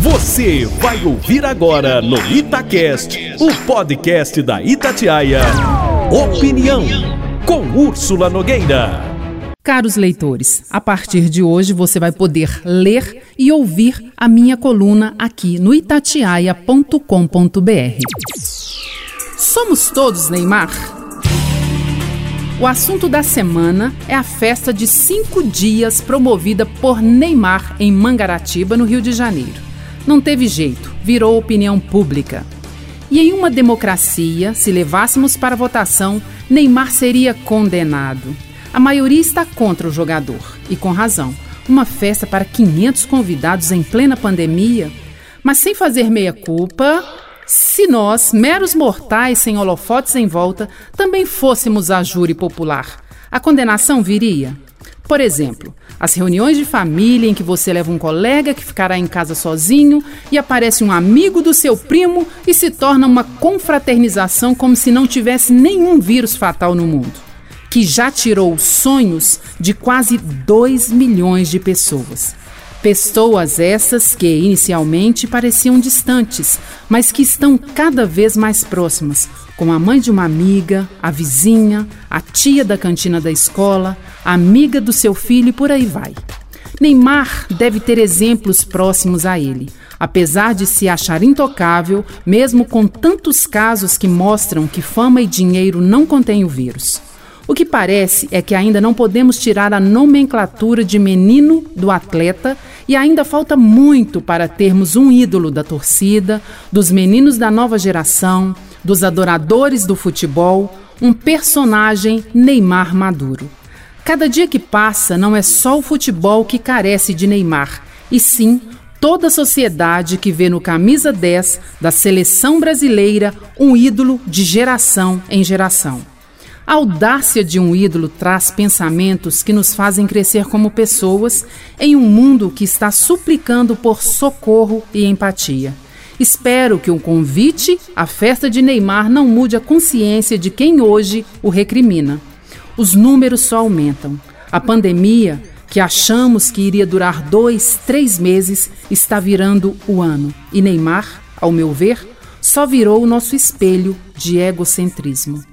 Você vai ouvir agora no Itacast, o podcast da Itatiaia. Opinião, com Úrsula Nogueira. Caros leitores, a partir de hoje você vai poder ler e ouvir a minha coluna aqui no itatiaia.com.br. Somos todos Neymar? O assunto da semana é a festa de 5 dias promovida por Neymar em Mangaratiba, no Rio de Janeiro. Não teve jeito, virou opinião pública. E em uma democracia, se levássemos para votação, Neymar seria condenado. A maioria está contra o jogador, e com razão. Uma festa para 500 convidados em plena pandemia? Mas sem fazer meia-culpa, se nós, meros mortais sem holofotes em volta, também fôssemos a júri popular, a condenação viria? Por exemplo, as reuniões de família em que você leva um colega que ficará em casa sozinho e aparece um amigo do seu primo e se torna uma confraternização como se não tivesse nenhum vírus fatal no mundo, que já tirou os sonhos de quase 2 milhões de pessoas. Pessoas essas que inicialmente pareciam distantes, mas que estão cada vez mais próximas, como a mãe de uma amiga, a vizinha, a tia da cantina da escola, a amiga do seu filho e por aí vai. Neymar deve ter exemplos próximos a ele, apesar de se achar intocável, mesmo com tantos casos que mostram que fama e dinheiro não contêm o vírus. O que parece é que ainda não podemos tirar a nomenclatura de menino do atleta e ainda falta muito para termos um ídolo da torcida, dos meninos da nova geração, dos adoradores do futebol, um personagem Neymar maduro. Cada dia que passa não é só o futebol que carece de Neymar, e sim toda a sociedade que vê no camisa 10 da seleção brasileira um ídolo de geração em geração. A audácia de um ídolo traz pensamentos que nos fazem crescer como pessoas em um mundo que está suplicando por socorro e empatia. Espero que o convite à festa de Neymar não mude a consciência de quem hoje o recrimina. Os números só aumentam. A pandemia, que achamos que iria durar 2, 3 meses, está virando o ano. E Neymar, ao meu ver, só virou o nosso espelho de egocentrismo.